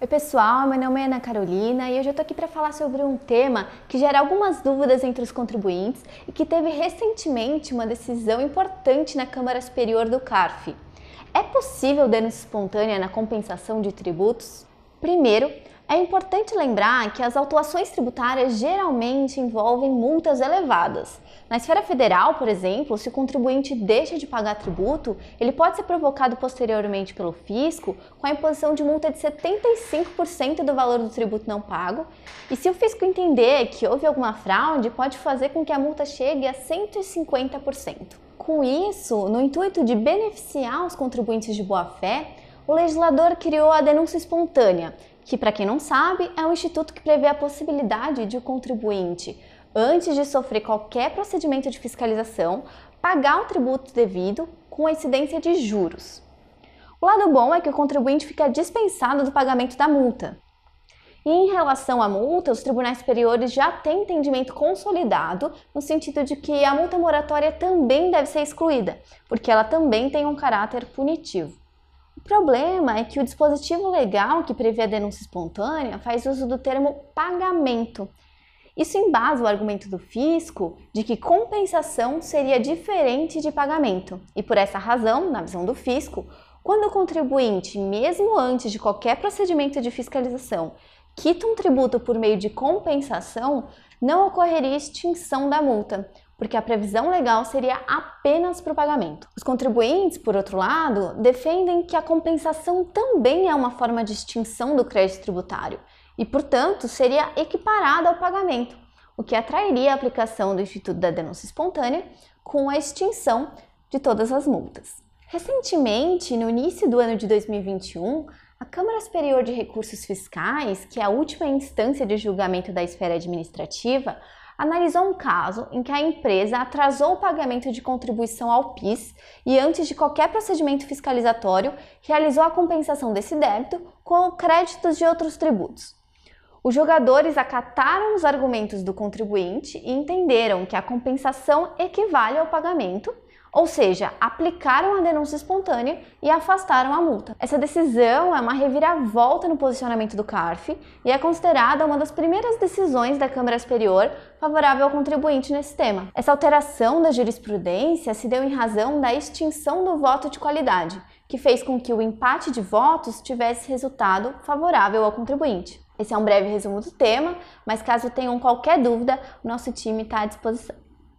Oi pessoal, meu nome é Ana Carolina e hoje eu tô aqui para falar sobre um tema que gera algumas dúvidas entre os contribuintes e que teve recentemente uma decisão importante na Câmara Superior do CARF. É possível denúncia espontânea na compensação de tributos? Primeiro, é importante lembrar que as autuações tributárias geralmente envolvem multas elevadas. Na esfera federal, por exemplo, se o contribuinte deixa de pagar tributo, ele pode ser provocado posteriormente pelo fisco com a imposição de multa de 75% do valor do tributo não pago, e se o fisco entender que houve alguma fraude, pode fazer com que a multa chegue a 150%. Com isso, no intuito de beneficiar os contribuintes de boa-fé, o legislador criou a denúncia espontânea, que, para quem não sabe, é um instituto que prevê a possibilidade de o contribuinte, antes de sofrer qualquer procedimento de fiscalização, pagar o tributo devido com a incidência de juros. O lado bom é que o contribuinte fica dispensado do pagamento da multa. E em relação à multa, os tribunais superiores já têm entendimento consolidado no sentido de que a multa moratória também deve ser excluída, porque ela também tem um caráter punitivo. O problema é que o dispositivo legal que prevê a denúncia espontânea faz uso do termo pagamento. Isso embasa o argumento do fisco de que compensação seria diferente de pagamento. E por essa razão, na visão do fisco, quando o contribuinte, mesmo antes de qualquer procedimento de fiscalização, quita um tributo por meio de compensação, não ocorreria extinção da multa, porque a previsão legal seria apenas para o pagamento. Os contribuintes, por outro lado, defendem que a compensação também é uma forma de extinção do crédito tributário e, portanto, seria equiparada ao pagamento, o que atrairia a aplicação do Instituto da Denúncia Espontânea com a extinção de todas as multas. Recentemente, no início do ano de 2021, a Câmara Superior de Recursos Fiscais, que é a última instância de julgamento da esfera administrativa, analisou um caso em que a empresa atrasou o pagamento de contribuição ao PIS e, antes de qualquer procedimento fiscalizatório, realizou a compensação desse débito com créditos de outros tributos. Os julgadores acataram os argumentos do contribuinte e entenderam que a compensação equivale ao pagamento, ou seja, aplicaram a denúncia espontânea e afastaram a multa. Essa decisão é uma reviravolta no posicionamento do CARF e é considerada uma das primeiras decisões da Câmara Superior favorável ao contribuinte nesse tema. Essa alteração da jurisprudência se deu em razão da extinção do voto de qualidade, que fez com que o empate de votos tivesse resultado favorável ao contribuinte. Esse é um breve resumo do tema, mas caso tenham qualquer dúvida, o nosso time está à disposição.